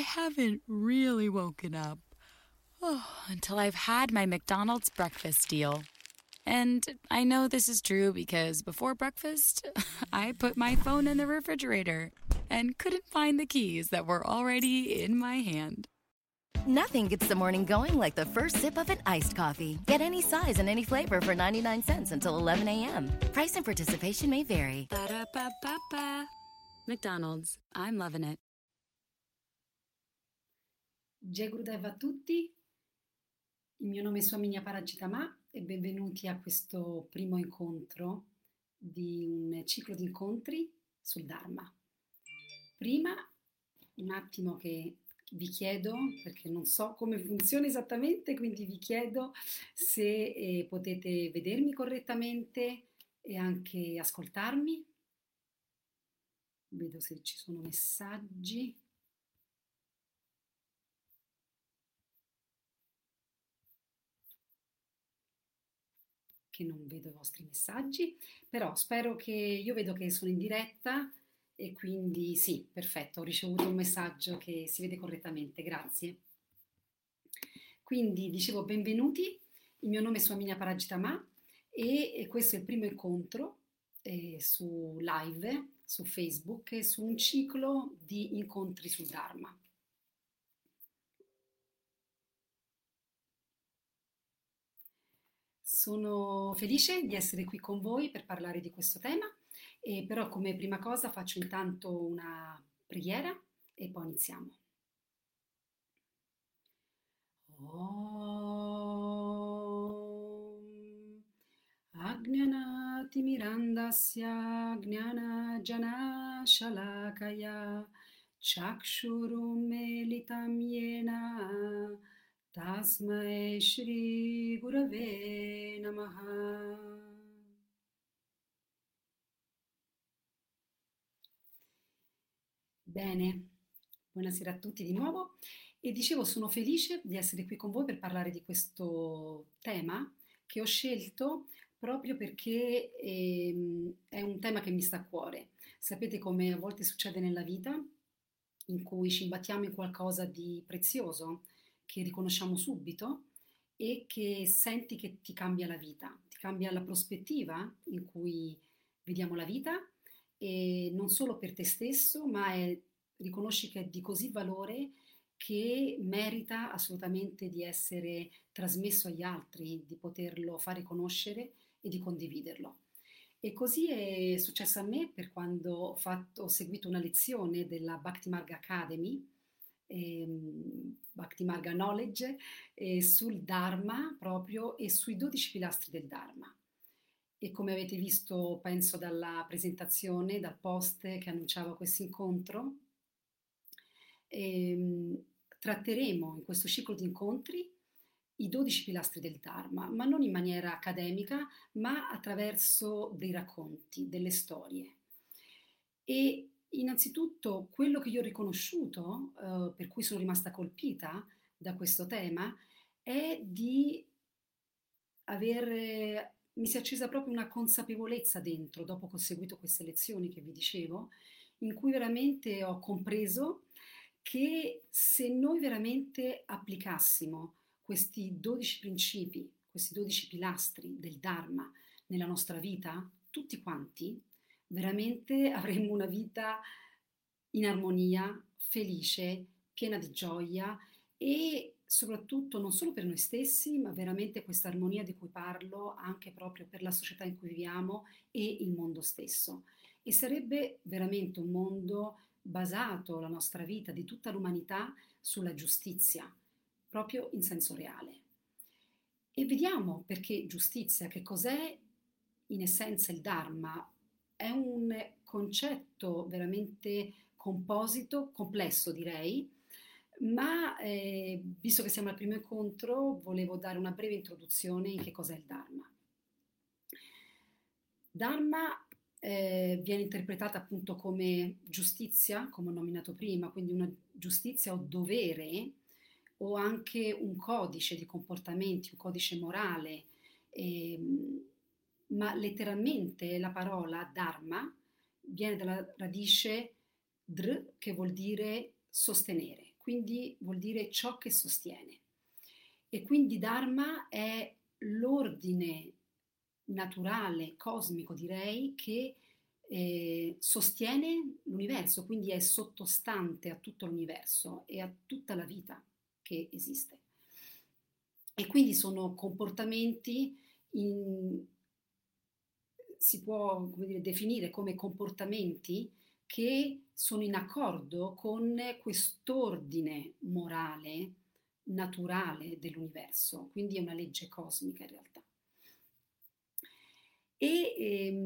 haven't really woken up until I've had my McDonald's breakfast deal. And I know this is true because before breakfast, I put my phone in the refrigerator and couldn't find the keys that were already in my hand. Nothing gets the morning going like the first sip of an iced coffee. Get any size and any flavor for 99 cents until 11 a.m. Price and participation may vary. Ba-da-ba-ba-ba. McDonald's. I'm loving it. Jai Gurudev a tutti, il mio nome è Swami Parajitama e benvenuti a questo primo incontro di un ciclo di incontri sul Dharma. Prima, un attimo che vi chiedo, perché non so come funziona esattamente, quindi vi chiedo se potete vedermi correttamente e anche ascoltarmi. Vedo se ci sono messaggi. Che non vedo i vostri messaggi, però spero che io vedo che sono in diretta e quindi sì, perfetto, ho ricevuto un messaggio che si vede correttamente, grazie. Quindi dicevo benvenuti, il mio nome è Swami Parajitama e questo è il primo incontro su live, su Facebook, su un ciclo di incontri sul Dharma. Sono felice di essere qui con voi per parlare di questo tema, però come prima cosa faccio intanto una preghiera e poi iniziamo. Om Ajnanaatimirandasya Gnana Shalakaya Chakshurumelitam Yena Tasmai Shri Gurave Namaha. Bene, buonasera a tutti di nuovo e dicevo sono felice di essere qui con voi per parlare di questo tema che ho scelto proprio perché è un tema che mi sta a cuore. Sapete come a volte succede nella vita in cui ci imbattiamo in qualcosa di prezioso che riconosciamo subito e che senti che ti cambia la vita, ti cambia la prospettiva in cui vediamo la vita e non solo per te stesso, ma riconosci che è di così valore che merita assolutamente di essere trasmesso agli altri, di poterlo fare conoscere e di condividerlo. E così è successo a me per quando ho seguito una lezione della Bhakti Marga Academy, Bhakti Marga Knowledge, sul Dharma proprio e sui 12 pilastri del Dharma. E come avete visto, penso dalla presentazione, dal post che annunciava questo incontro, tratteremo in questo ciclo di incontri i 12 pilastri del Dharma, ma non in maniera accademica, ma attraverso dei racconti, delle storie. E innanzitutto quello che io ho riconosciuto, per cui sono rimasta colpita da questo tema, è di mi si è accesa proprio una consapevolezza dentro, dopo che ho seguito queste lezioni che vi dicevo, in cui veramente ho compreso che se noi veramente applicassimo questi 12 principi, questi 12 pilastri del Dharma nella nostra vita, tutti quanti, veramente avremmo una vita in armonia, felice, piena di gioia e soprattutto non solo per noi stessi, ma veramente questa armonia di cui parlo anche proprio per la società in cui viviamo e il mondo stesso. E sarebbe veramente un mondo basato, la nostra vita di tutta l'umanità, sulla giustizia, proprio in senso reale. E vediamo perché giustizia, che cos'è in essenza il Dharma. È un concetto veramente composito, complesso direi, ma visto che siamo al primo incontro, volevo dare una breve introduzione in che cos'è il Dharma. Dharma viene interpretata appunto come giustizia, come ho nominato prima, quindi una giustizia o dovere o anche un codice di comportamenti, un codice morale, ma letteralmente la parola Dharma viene dalla radice dr, che vuol dire sostenere, quindi vuol dire ciò che sostiene. E quindi Dharma è l'ordine naturale, cosmico direi, che sostiene l'universo, quindi è sottostante a tutto l'universo e a tutta la vita che esiste. E quindi sono comportamenti, si può, come dire, definire come comportamenti che sono in accordo con quest'ordine morale naturale dell'universo, quindi è una legge cosmica in realtà. E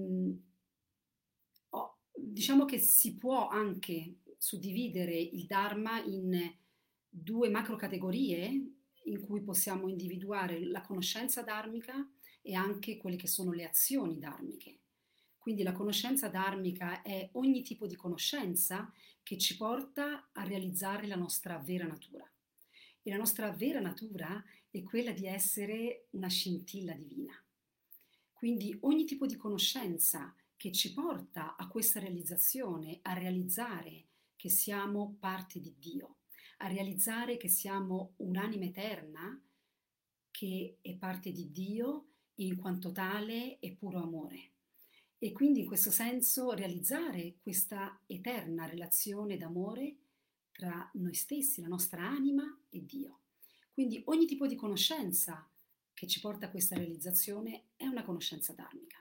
diciamo che si può anche suddividere il Dharma in due macro categorie in cui possiamo individuare la conoscenza dharmica e anche quelle che sono le azioni dharmiche. Quindi la conoscenza dharmica è ogni tipo di conoscenza che ci porta a realizzare la nostra vera natura. E la nostra vera natura è quella di essere una scintilla divina. Quindi ogni tipo di conoscenza che ci porta a questa realizzazione, a realizzare che siamo parte di Dio, a realizzare che siamo un'anima eterna che è parte di Dio e in quanto tale è puro amore. E quindi in questo senso realizzare questa eterna relazione d'amore tra noi stessi, la nostra anima e Dio. Quindi ogni tipo di conoscenza che ci porta a questa realizzazione è una conoscenza dharmica.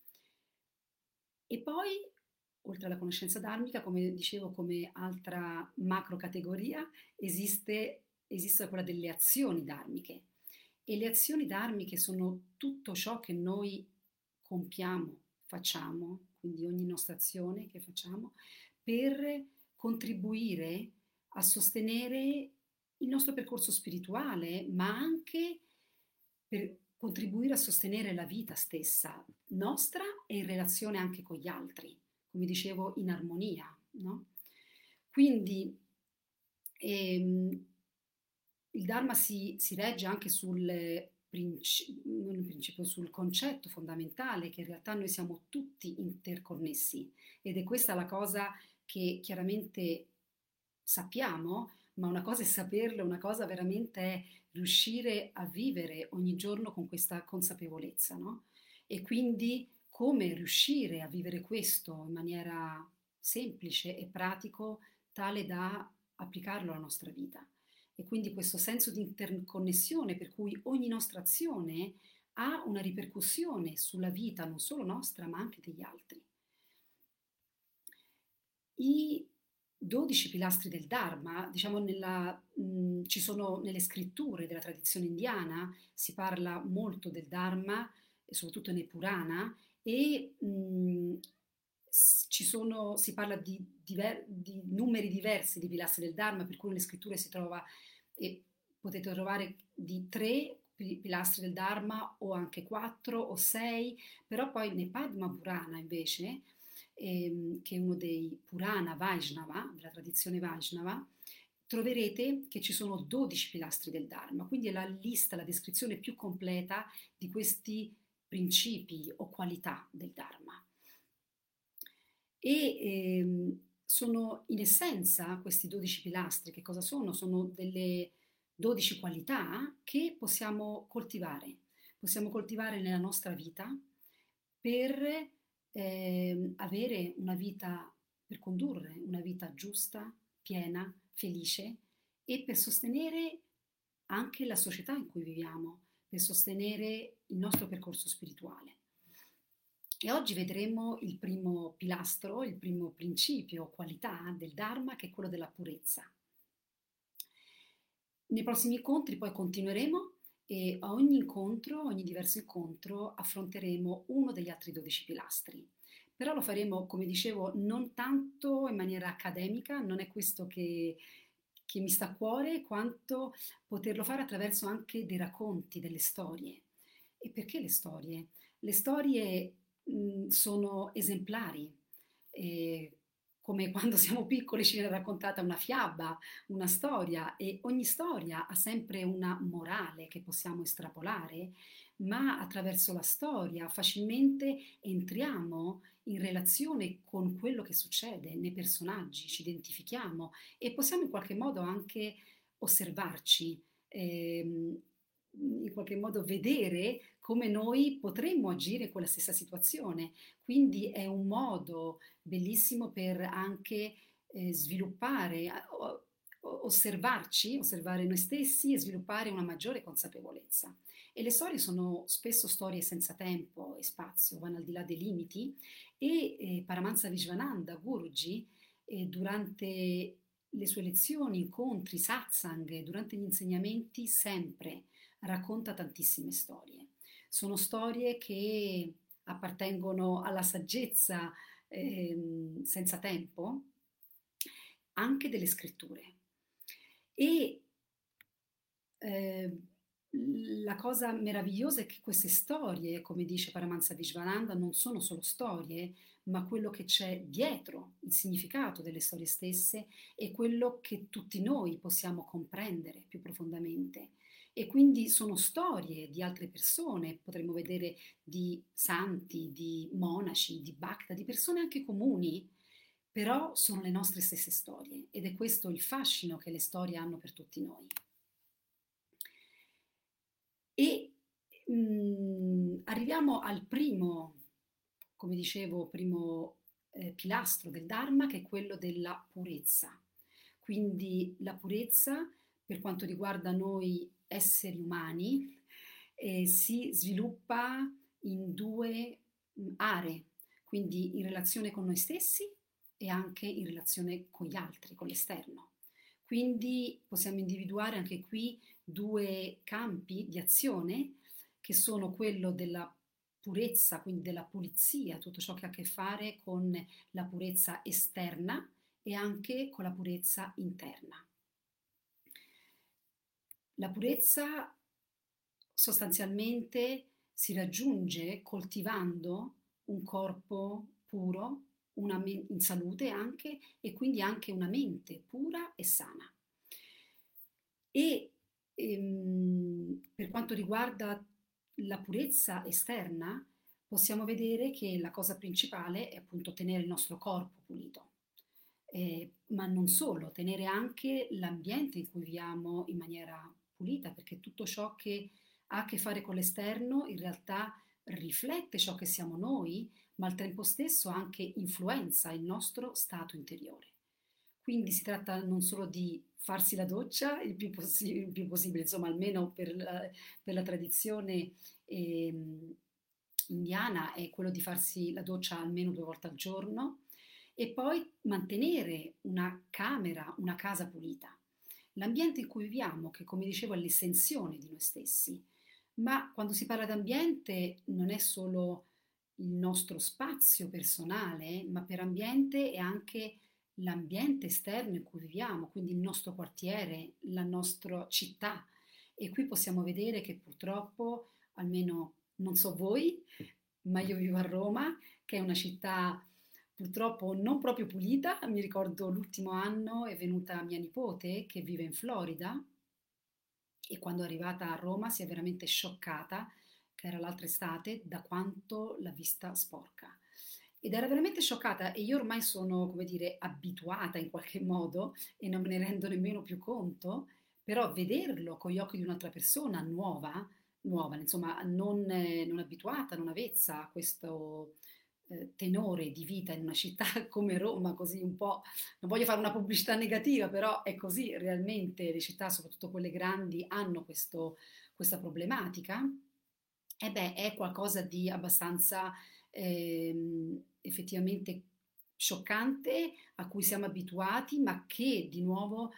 E poi, oltre alla conoscenza dharmica, come dicevo, come altra macro categoria, esiste quella delle azioni dharmiche. E le azioni dharmiche sono tutto ciò che noi compiamo, facciamo, quindi ogni nostra azione che facciamo, per contribuire a sostenere il nostro percorso spirituale, ma anche per contribuire a sostenere la vita stessa nostra e in relazione anche con gli altri, come dicevo, in armonia, no? Quindi il Dharma si regge anche sul principio, sul concetto fondamentale che in realtà noi siamo tutti interconnessi ed è questa la cosa che chiaramente sappiamo, ma una cosa è saperlo, una cosa veramente è riuscire a vivere ogni giorno con questa consapevolezza, no? E quindi come riuscire a vivere questo in maniera semplice e pratico, tale da applicarlo alla nostra vita. E quindi questo senso di interconnessione per cui ogni nostra azione ha una ripercussione sulla vita non solo nostra ma anche degli altri. I 12 pilastri del Dharma, diciamo ci sono nelle scritture della tradizione indiana, si parla molto del Dharma, soprattutto nei Purana, e si parla di numeri diversi di pilastri del Dharma, per cui nelle scritture si trova, e potete trovare di 3 pilastri del Dharma o anche 4 o 6, però poi nei Padma Purana invece, che è uno dei Purana Vaishnava, della tradizione Vaishnava, troverete che ci sono 12 pilastri del Dharma, quindi è la lista, la descrizione più completa di questi principi o qualità del Dharma. E sono in essenza questi 12 pilastri, che cosa sono? Sono delle 12 qualità che possiamo coltivare nella nostra vita per avere una vita, per condurre una vita giusta, piena, felice e per sostenere anche la società in cui viviamo, per sostenere il nostro percorso spirituale. E oggi vedremo il primo pilastro, il primo principio, qualità del Dharma, che è quello della purezza. Nei prossimi incontri poi continueremo e a ogni incontro, ogni diverso incontro, affronteremo uno degli altri 12 pilastri. Però lo faremo, come dicevo, non tanto in maniera accademica, non è questo che mi sta a cuore, quanto poterlo fare attraverso anche dei racconti, delle storie. E perché le storie? Le storie sono esemplari, come quando siamo piccoli ci viene raccontata una fiaba, una storia, e ogni storia ha sempre una morale che possiamo estrapolare, ma attraverso la storia facilmente entriamo in relazione con quello che succede nei personaggi, ci identifichiamo e possiamo in qualche modo anche osservarci, in qualche modo vedere come noi potremmo agire in quella stessa situazione. Quindi è un modo bellissimo per anche sviluppare, osservarci, osservare noi stessi e sviluppare una maggiore consapevolezza. E le storie sono spesso storie senza tempo e spazio, vanno al di là dei limiti e Paramahansa Vishwananda, Guruji, durante le sue lezioni, incontri, satsang, durante gli insegnamenti, sempre racconta tantissime storie. Sono storie che appartengono alla saggezza senza tempo, anche delle scritture. E eh, la cosa meravigliosa è che queste storie, come dice Paramahansa Vishwananda, non sono solo storie, ma quello che c'è dietro, il significato delle storie stesse e quello che tutti noi possiamo comprendere più profondamente. E quindi sono storie di altre persone, potremmo vedere di santi, di monaci, di bhakta, di persone anche comuni, però sono le nostre stesse storie ed è questo il fascino che le storie hanno per tutti noi. E arriviamo al primo, come dicevo, primo pilastro del Dharma, che è quello della purezza. Quindi la purezza, per quanto riguarda noi esseri umani, si sviluppa in due aree, quindi in relazione con noi stessi e anche in relazione con gli altri, con l'esterno. Quindi possiamo individuare anche qui due campi di azione che sono quello della purezza, quindi della pulizia, tutto ciò che ha a che fare con la purezza esterna e anche con la purezza interna. La purezza sostanzialmente si raggiunge coltivando un corpo puro, in salute anche, e quindi anche una mente pura e sana. E per quanto riguarda la purezza esterna, possiamo vedere che la cosa principale è appunto tenere il nostro corpo pulito, ma non solo, tenere anche l'ambiente in cui viviamo in maniera pulita, perché tutto ciò che ha a che fare con l'esterno in realtà riflette ciò che siamo noi, ma al tempo stesso anche influenza il nostro stato interiore. Quindi si tratta non solo di farsi la doccia il più possibile, insomma, almeno per la tradizione indiana è quello di farsi la doccia almeno 2 volte al giorno e poi mantenere una camera, una casa pulita. L'ambiente in cui viviamo, che come dicevo è l'estensione di noi stessi, ma quando si parla d'ambiente non è solo il nostro spazio personale, ma per ambiente è anche l'ambiente esterno in cui viviamo, quindi il nostro quartiere, la nostra città. E qui possiamo vedere che purtroppo, almeno non so voi, ma io vivo a Roma, che è una città purtroppo non proprio pulita. Mi ricordo l'ultimo anno è venuta mia nipote che vive in Florida e quando è arrivata a Roma si è veramente scioccata, che era l'altra estate, da quanto l'ha vista sporca. Ed era veramente scioccata e io ormai sono, come dire, abituata in qualche modo e non me ne rendo nemmeno più conto, però vederlo con gli occhi di un'altra persona nuova, insomma, non abituata, non avvezza a questo tenore di vita in una città come Roma, così un po', non voglio fare una pubblicità negativa, però è così, realmente le città, soprattutto quelle grandi, hanno questa problematica, e beh, è qualcosa di abbastanza effettivamente scioccante, a cui siamo abituati, ma che di nuovo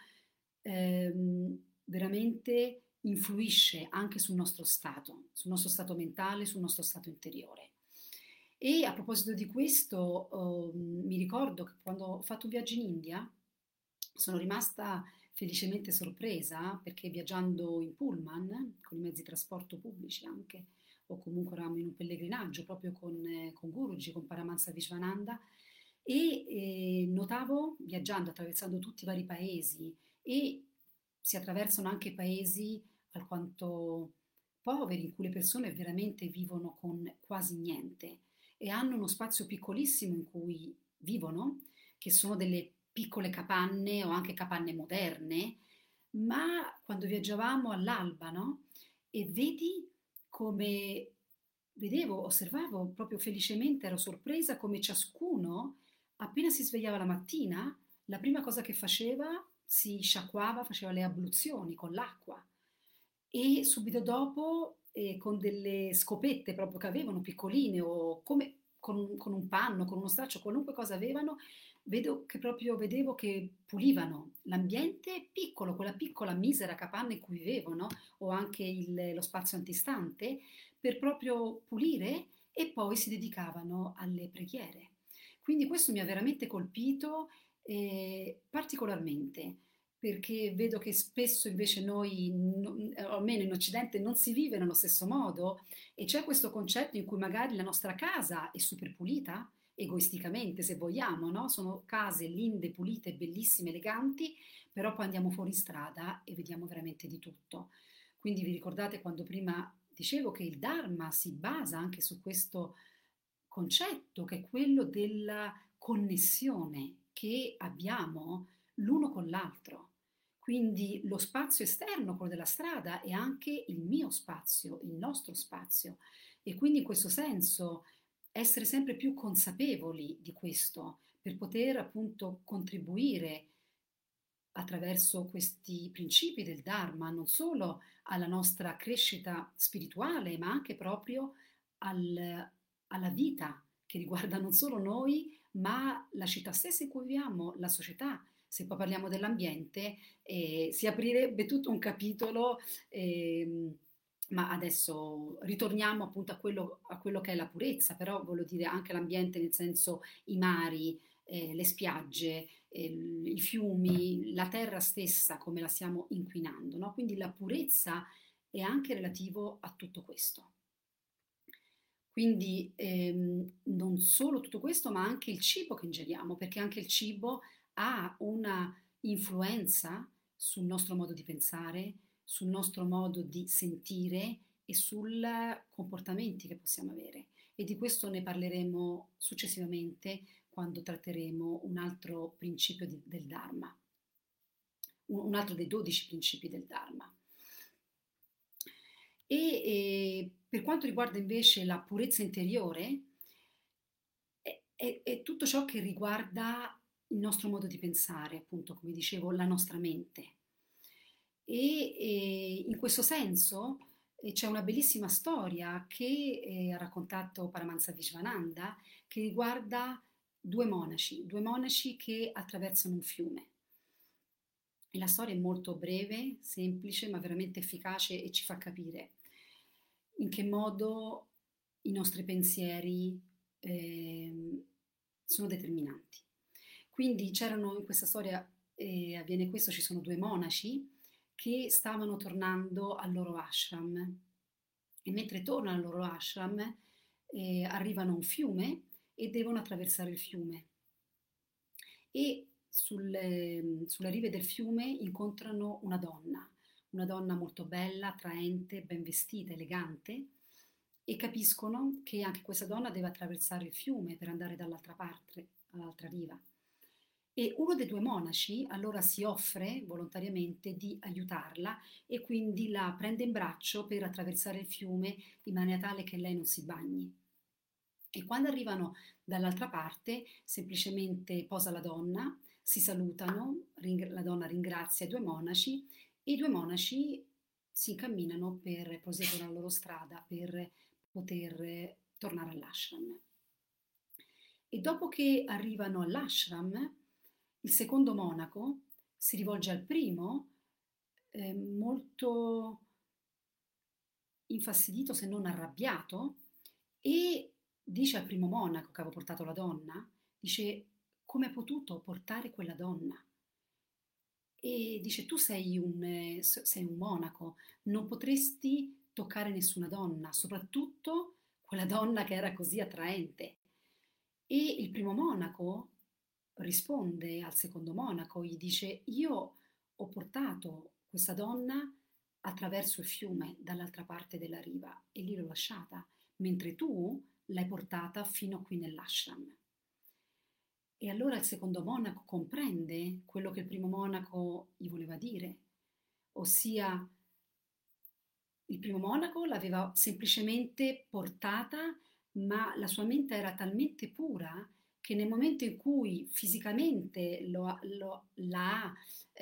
veramente influisce anche sul nostro stato mentale, sul nostro stato interiore. E a proposito di questo, mi ricordo che quando ho fatto un viaggio in India sono rimasta felicemente sorpresa perché viaggiando in pullman, con i mezzi di trasporto pubblici anche, o comunque eravamo in un pellegrinaggio proprio con Guruji, con Paramahansa Vishwananda, e notavo, viaggiando, attraversando tutti i vari paesi, e si attraversano anche paesi alquanto poveri, in cui le persone veramente vivono con quasi niente e hanno uno spazio piccolissimo in cui vivono, che sono delle piccole capanne o anche capanne moderne, ma quando viaggiavamo all'alba, no? E vedi come vedevo, osservavo proprio felicemente, ero sorpresa come ciascuno, appena si svegliava la mattina, la prima cosa che faceva, si sciacquava, faceva le abluzioni con l'acqua e subito dopo, con delle scopette proprio che avevano piccoline o come con un panno, con uno straccio, qualunque cosa avevano, vedevo che pulivano l'ambiente piccolo, quella piccola misera capanna in cui vivevano, o anche lo spazio antistante, per proprio pulire e poi si dedicavano alle preghiere. Quindi questo mi ha veramente colpito particolarmente perché vedo che spesso invece noi, almeno in Occidente, non si vive nello stesso modo e c'è questo concetto in cui magari la nostra casa è super pulita, egoisticamente se vogliamo, no? Sono case linde, pulite, bellissime, eleganti, però poi andiamo fuori strada e vediamo veramente di tutto. Quindi vi ricordate quando prima dicevo che il Dharma si basa anche su questo concetto che è quello della connessione che abbiamo l'uno con l'altro. Quindi lo spazio esterno, quello della strada, è anche il mio spazio, il nostro spazio. E quindi in questo senso essere sempre più consapevoli di questo per poter appunto contribuire attraverso questi principi del Dharma non solo alla nostra crescita spirituale, ma anche proprio alla vita che riguarda non solo noi, ma la città stessa in cui viviamo, la società. Se poi parliamo dell'ambiente, si aprirebbe tutto un capitolo, ma adesso ritorniamo appunto a quello che è la purezza, però voglio dire anche l'ambiente nel senso i mari, le spiagge, i fiumi, la terra stessa, come la stiamo inquinando, no? Quindi la purezza è anche relativo a tutto questo. Quindi non solo tutto questo, ma anche il cibo che ingeriamo, perché anche il cibo ha una influenza sul nostro modo di pensare, sul nostro modo di sentire e sui comportamenti che possiamo avere. E di questo ne parleremo successivamente quando tratteremo un altro principio del Dharma, un altro dei 12 principi del Dharma. Per quanto riguarda invece la purezza interiore, è tutto ciò che riguarda il nostro modo di pensare, appunto, come dicevo, la nostra mente. In questo senso c'è una bellissima storia che ha raccontato Paramahansa Vishwananda che riguarda due monaci che attraversano un fiume. E la storia è molto breve, semplice, ma veramente efficace e ci fa capire in che modo i nostri pensieri sono determinanti. Quindi c'erano in questa storia, avviene questo, ci sono due monaci che stavano tornando al loro ashram e mentre tornano al loro ashram arrivano a un fiume e devono attraversare il fiume e sulle rive del fiume incontrano una donna molto bella, attraente, ben vestita, elegante e capiscono che anche questa donna deve attraversare il fiume per andare dall'altra parte, all'altra riva. E uno dei due monaci allora si offre volontariamente di aiutarla e quindi la prende in braccio per attraversare il fiume in maniera tale che lei non si bagni. E quando arrivano dall'altra parte, semplicemente posa la donna, si salutano, la donna ringrazia i due monaci e i due monaci si incamminano per proseguire la loro strada per poter tornare all'ashram. E dopo che arrivano all'ashram, il secondo monaco si rivolge al primo, molto infastidito se non arrabbiato, e dice al primo monaco che aveva portato la donna, dice come hai potuto portare quella donna? E dice tu sei un monaco, non potresti toccare nessuna donna, soprattutto quella donna che era così attraente. E il primo monaco risponde al secondo monaco, gli dice io ho portato questa donna attraverso il fiume dall'altra parte della riva e lì l'ho lasciata, mentre tu l'hai portata fino qui nell'ashram. E allora il secondo monaco comprende quello che il primo monaco gli voleva dire, ossia il primo monaco l'aveva semplicemente portata, ma la sua mente era talmente pura che nel momento in cui fisicamente l'ha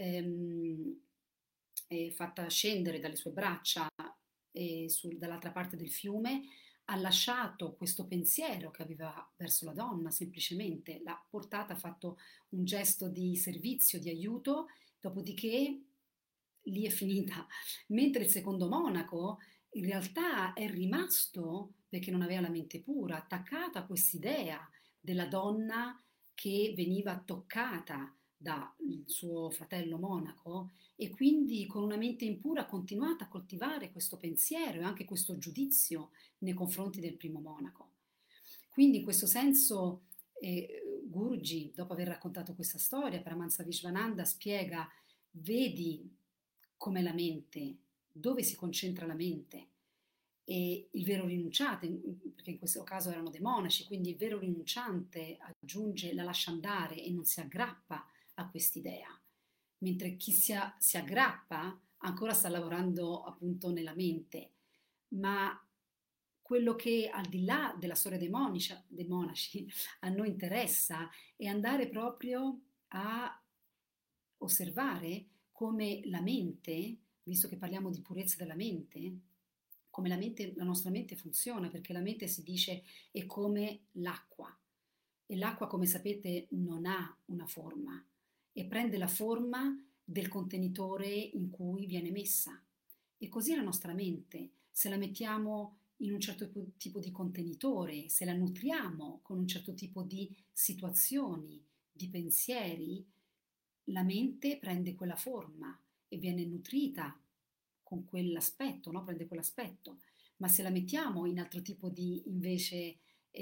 fatta scendere dalle sue braccia dall'altra parte del fiume, ha lasciato questo pensiero che aveva verso la donna, semplicemente l'ha portata, ha fatto un gesto di servizio, di aiuto, dopodiché lì è finita. Mentre il secondo monaco in realtà è rimasto, perché non aveva la mente pura, attaccato a quest'idea della donna che veniva toccata dal suo fratello monaco e quindi con una mente impura ha continuato a coltivare questo pensiero e anche questo giudizio nei confronti del primo monaco. Quindi in questo senso Guruji, dopo aver raccontato questa storia, Paramahansa Vishwananda spiega, vedi come la mente, dove si concentra la mente, e il vero rinunciante, perché in questo caso erano dei monaci, quindi il vero rinunciante aggiunge, la lascia andare e non si aggrappa a quest'idea, mentre chi si aggrappa ancora sta lavorando appunto nella mente, ma quello che al di là della storia dei monaci a noi interessa è andare proprio a osservare come la mente, visto che parliamo di purezza della mente, come la nostra mente funziona, perché la mente si dice è come l'acqua e l'acqua, come sapete, non ha una forma e prende la forma del contenitore in cui viene messa. E così è la nostra mente, se la mettiamo in un certo tipo di contenitore, se la nutriamo con un certo tipo di situazioni, di pensieri, la mente prende quella forma e viene nutrita con quell'aspetto, no? Prende quell'aspetto. Ma se la mettiamo in altro tipo di invece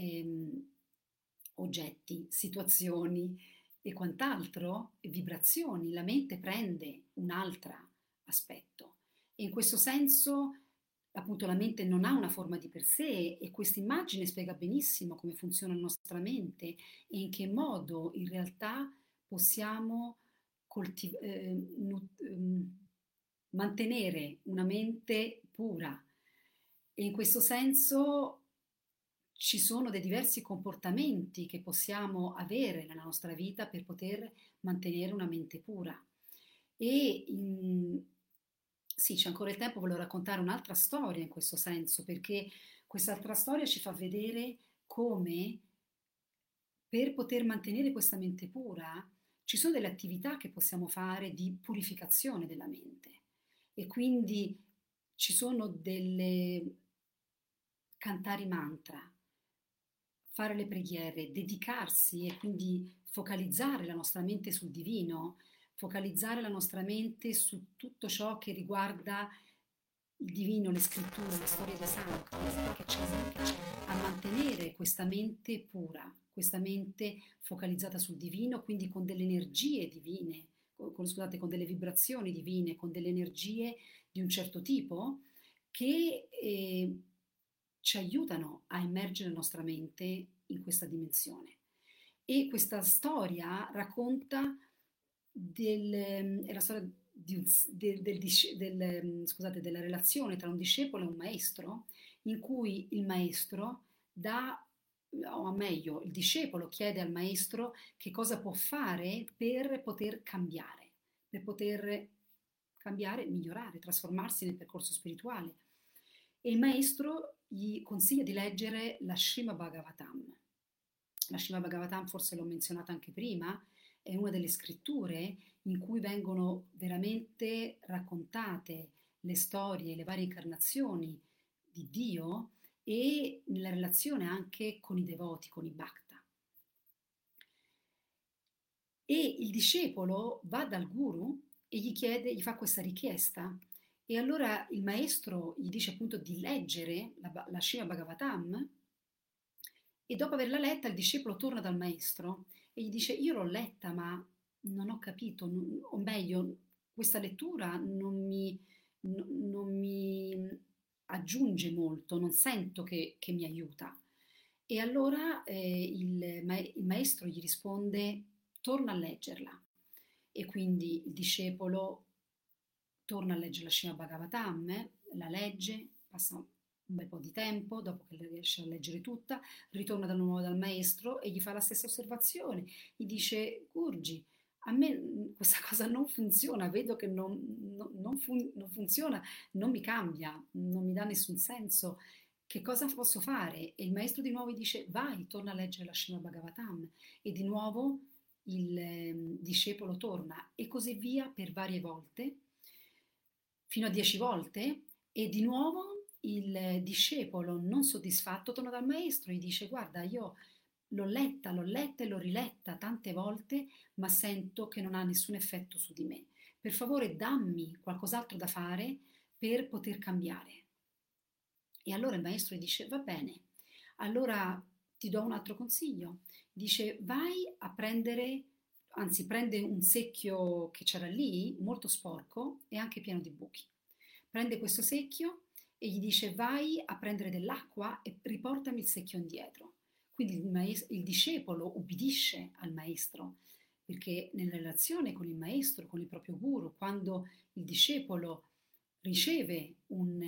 oggetti, situazioni e quant'altro, vibrazioni, la mente prende un altro aspetto. E in questo senso, appunto, la mente non ha una forma di per sé e questa immagine spiega benissimo come funziona la nostra mente e in che modo in realtà possiamo mantenere una mente pura. E in questo senso ci sono dei diversi comportamenti che possiamo avere nella nostra vita per poter mantenere una mente pura. E sì, c'è ancora il tempo, volevo raccontare un'altra storia in questo senso, perché quest'altra storia ci fa vedere come per poter mantenere questa mente pura ci sono delle attività che possiamo fare di purificazione della mente e quindi ci sono delle cantare i mantra, fare le preghiere, dedicarsi e quindi focalizzare la nostra mente sul divino, focalizzare la nostra mente su tutto ciò che riguarda il divino, le scritture, le storie dei santi, che c'è a mantenere questa mente pura, questa mente focalizzata sul divino, quindi con delle energie divine, scusate, con delle vibrazioni divine, con delle energie di un certo tipo che ci aiutano a immergere la nostra mente in questa dimensione. E questa storia racconta è la storia della relazione tra un discepolo e un maestro, in cui il maestro dà, o meglio, il discepolo chiede al maestro che cosa può fare per poter cambiare, migliorare, trasformarsi nel percorso spirituale. E il maestro gli consiglia di leggere la Srimad Bhagavatam. La Srimad Bhagavatam, forse l'ho menzionata anche prima, è una delle scritture in cui vengono veramente raccontate le storie, le varie incarnazioni di Dio e nella relazione anche con i devoti, con i bhakta. E il discepolo va dal guru e gli fa questa richiesta. E allora il maestro gli dice appunto di leggere la Srimad Bhagavatam e dopo averla letta il discepolo torna dal maestro e gli dice io l'ho letta ma non ho capito, o meglio questa lettura non non mi aggiunge molto, non sento che mi aiuta. E allora il maestro gli risponde, torna a leggerla. E quindi il discepolo torna a leggere la Srimad Bhagavatam, la legge, passa un bel po' di tempo, dopo che la riesce a leggere tutta, ritorna di nuovo dal maestro e gli fa la stessa osservazione. Gli dice, Gurgi, a me questa cosa non funziona, vedo che non funziona, non mi cambia, non mi dà nessun senso. Che cosa posso fare? E il maestro di nuovo gli dice, vai, torna a leggere la Srimad Bhagavatam. E di nuovo il discepolo torna e così via per varie volte, fino a 10 volte, e di nuovo il discepolo non soddisfatto torna dal maestro e gli dice guarda, io l'ho letta e l'ho riletta tante volte, ma sento che non ha nessun effetto su di me. Per favore dammi qualcos'altro da fare per poter cambiare. E allora il maestro gli dice va bene, allora ti do un altro consiglio. Dice vai a prendere, anzi prende un secchio che c'era lì, molto sporco e anche pieno di buchi. Prende questo secchio e gli dice vai a prendere dell'acqua e riportami il secchio indietro. Quindi il discepolo ubbidisce al maestro, perché nella relazione con il maestro, con il proprio guru, quando il discepolo riceve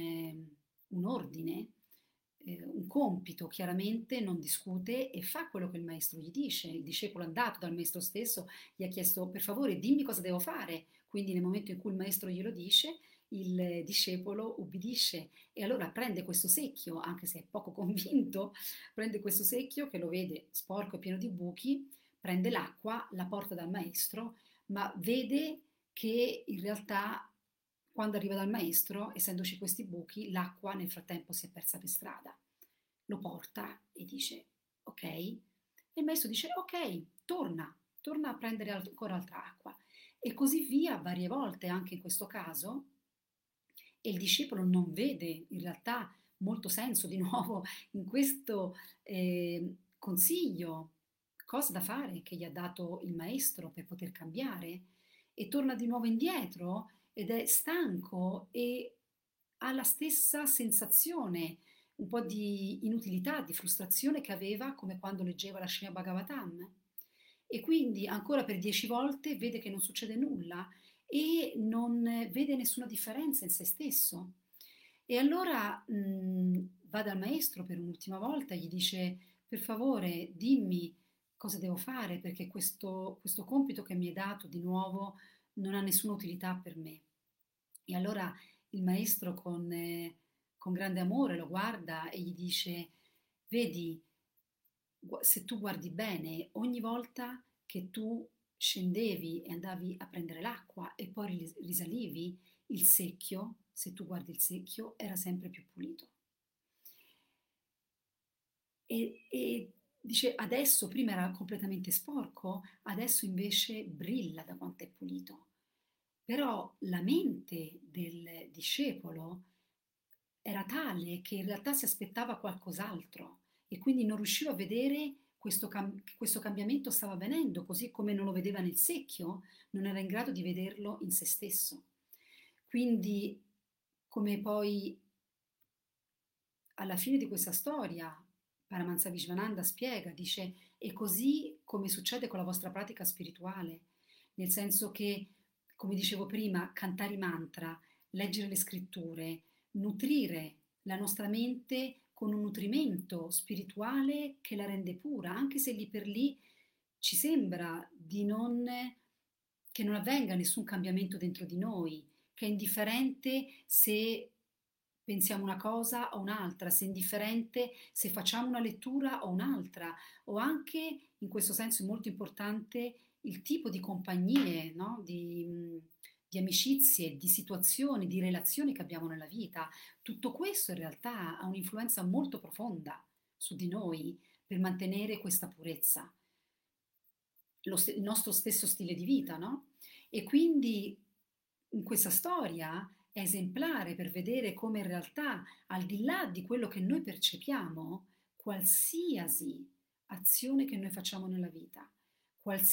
un ordine, un compito, chiaramente non discute e fa quello che il maestro gli dice. Il discepolo è andato dal maestro stesso, gli ha chiesto per favore dimmi cosa devo fare. Quindi nel momento in cui il maestro glielo dice, il discepolo ubbidisce e allora prende questo secchio, anche se è poco convinto, prende questo secchio che lo vede sporco e pieno di buchi, prende l'acqua, la porta dal maestro, ma vede che in realtà quando arriva dal maestro, essendoci questi buchi, l'acqua nel frattempo si è persa per strada. Lo porta e dice ok, e il maestro dice ok, torna a prendere ancora altra acqua. E così via varie volte, anche in questo caso, e il discepolo non vede in realtà molto senso di nuovo in questo consiglio, cosa da fare che gli ha dato il maestro per poter cambiare, e torna di nuovo indietro ed è stanco e ha la stessa sensazione, un po' di inutilità, di frustrazione che aveva come quando leggeva la Srimad Bhagavatam. E quindi ancora per 10 volte vede che non succede nulla e non vede nessuna differenza in se stesso. E allora va dal maestro per un'ultima volta, gli dice per favore dimmi cosa devo fare perché questo compito che mi hai dato di nuovo non ha nessuna utilità per me. E allora il maestro con grande amore lo guarda e gli dice, vedi, se tu guardi bene, ogni volta che tu scendevi e andavi a prendere l'acqua e poi risalivi, il secchio, se tu guardi il secchio, era sempre più pulito. E dice, adesso prima era completamente sporco, adesso invece brilla da quanto è pulito. Però la mente del discepolo era tale che in realtà si aspettava qualcos'altro e quindi non riusciva a vedere che questo cambiamento stava avvenendo, così come non lo vedeva nel secchio, non era in grado di vederlo in se stesso. Quindi, come poi alla fine di questa storia Paramahansa Vishwananda spiega, dice, è così come succede con la vostra pratica spirituale, nel senso che, come dicevo prima, cantare i mantra, leggere le scritture, nutrire la nostra mente con un nutrimento spirituale che la rende pura, anche se lì per lì ci sembra che non avvenga nessun cambiamento dentro di noi, che è indifferente se pensiamo una cosa o un'altra, se è indifferente se facciamo una lettura o un'altra, o anche, in questo senso è molto importante, il tipo di compagnie, no? Di amicizie, di situazioni, di relazioni che abbiamo nella vita. Tutto questo in realtà ha un'influenza molto profonda su di noi per mantenere questa purezza, il nostro stesso stile di vita, no? E quindi in questa storia è esemplare per vedere come in realtà, al di là di quello che noi percepiamo, qualsiasi azione che noi facciamo nella vita,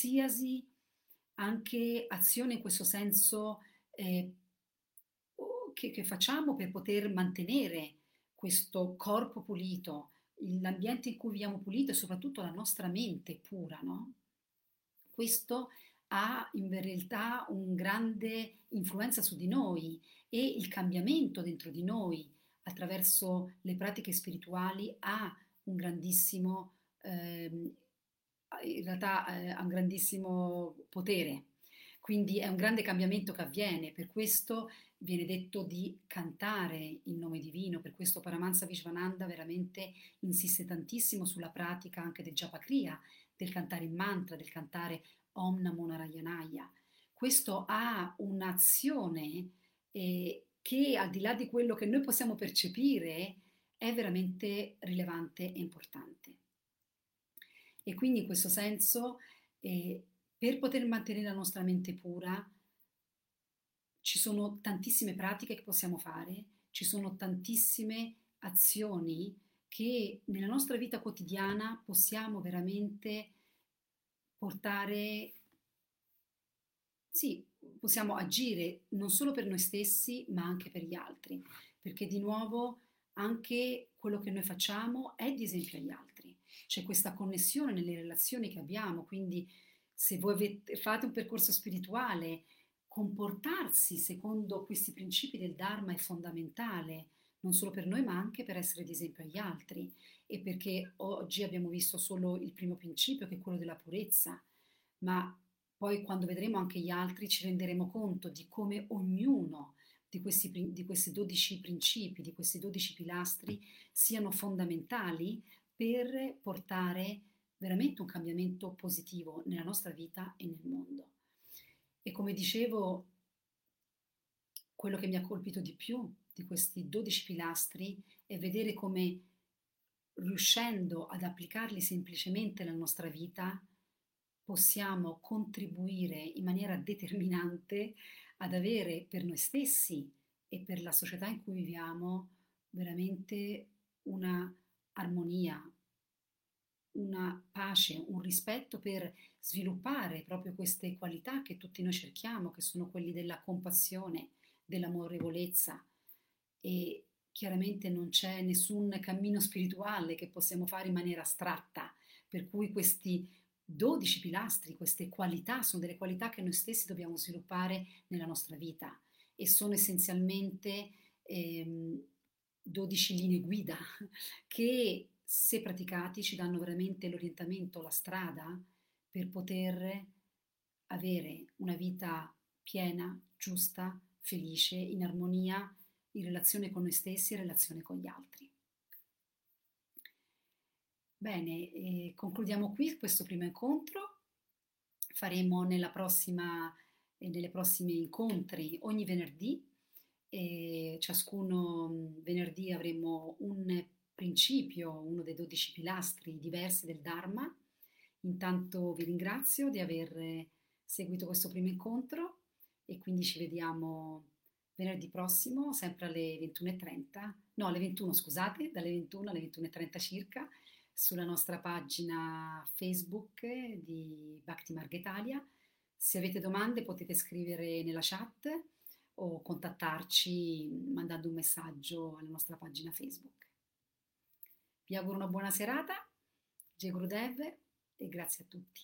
qualsiasi anche azione in questo senso che facciamo per poter mantenere questo corpo pulito, l'ambiente in cui viviamo pulito e soprattutto la nostra mente pura, no? Questo ha in realtà un grande influenza su di noi e il cambiamento dentro di noi attraverso le pratiche spirituali ha un grandissimo, in realtà ha un grandissimo potere. Quindi è un grande cambiamento che avviene, per questo viene detto di cantare il nome divino, per questo Paramahansa Vishwananda veramente insiste tantissimo sulla pratica anche del Japa Kriya, del cantare il mantra, del cantare Om Namo Narayanaya. Questo ha un'azione che al di là di quello che noi possiamo percepire è veramente rilevante e importante. E quindi in questo senso, per poter mantenere la nostra mente pura, ci sono tantissime pratiche che possiamo fare, ci sono tantissime azioni che nella nostra vita quotidiana possiamo veramente portare, sì, possiamo agire non solo per noi stessi, ma anche per gli altri, perché di nuovo anche quello che noi facciamo è di esempio agli altri. C'è questa connessione nelle relazioni che abbiamo, quindi se voi fate un percorso spirituale, comportarsi secondo questi principi del Dharma è fondamentale, non solo per noi ma anche per essere di esempio agli altri, e perché oggi abbiamo visto solo il primo principio che è quello della purezza, ma poi quando vedremo anche gli altri ci renderemo conto di come ognuno di questi 12 principi, di questi 12 pilastri siano fondamentali per portare veramente un cambiamento positivo nella nostra vita e nel mondo. E come dicevo, quello che mi ha colpito di più di questi 12 pilastri è vedere come, riuscendo ad applicarli semplicemente nella nostra vita, possiamo contribuire in maniera determinante ad avere per noi stessi e per la società in cui viviamo veramente una armonia, una pace, un rispetto per sviluppare proprio queste qualità che tutti noi cerchiamo, che sono quelli della compassione, dell'amorevolezza. E chiaramente non c'è nessun cammino spirituale che possiamo fare in maniera astratta, per cui questi 12 pilastri, queste qualità, sono delle qualità che noi stessi dobbiamo sviluppare nella nostra vita e sono essenzialmente 12 linee guida che, se praticati, ci danno veramente l'orientamento, la strada per poter avere una vita piena, giusta, felice, in armonia, in relazione con noi stessi e in relazione con gli altri. Bene, concludiamo qui questo primo incontro. Faremo nelle prossimi incontri ogni venerdì, ciascuno venerdì avremo un principio, uno dei 12 pilastri diversi del Dharma. Intanto vi ringrazio di aver seguito questo primo incontro e quindi ci vediamo venerdì prossimo, sempre alle 21:30, no, alle 21, scusate, dalle 21 alle 21:30 circa, sulla nostra pagina Facebook di Bhakti Marga Italia. Se avete domande potete scrivere nella chat o contattarci mandando un messaggio alla nostra pagina Facebook. Vi auguro una buona serata, Jai Gurudev, e grazie a tutti.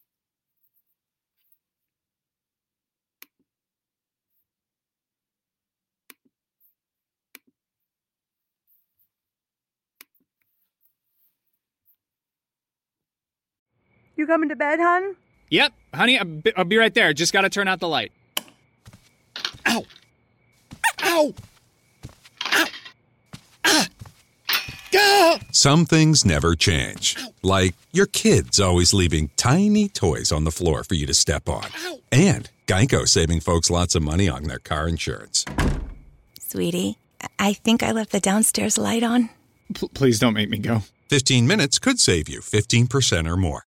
You coming to bed, hon? Yep, honey, I'll be right there. Just gotta turn out the light. Ow! Ow! Ow! Ah! Gah! Some things never change. Like your kids always leaving tiny toys on the floor for you to step on. Ow! And Geico saving folks lots of money on their car insurance. Sweetie, I think I left the downstairs light on. Please don't make me go. 15 minutes could save you 15% or more.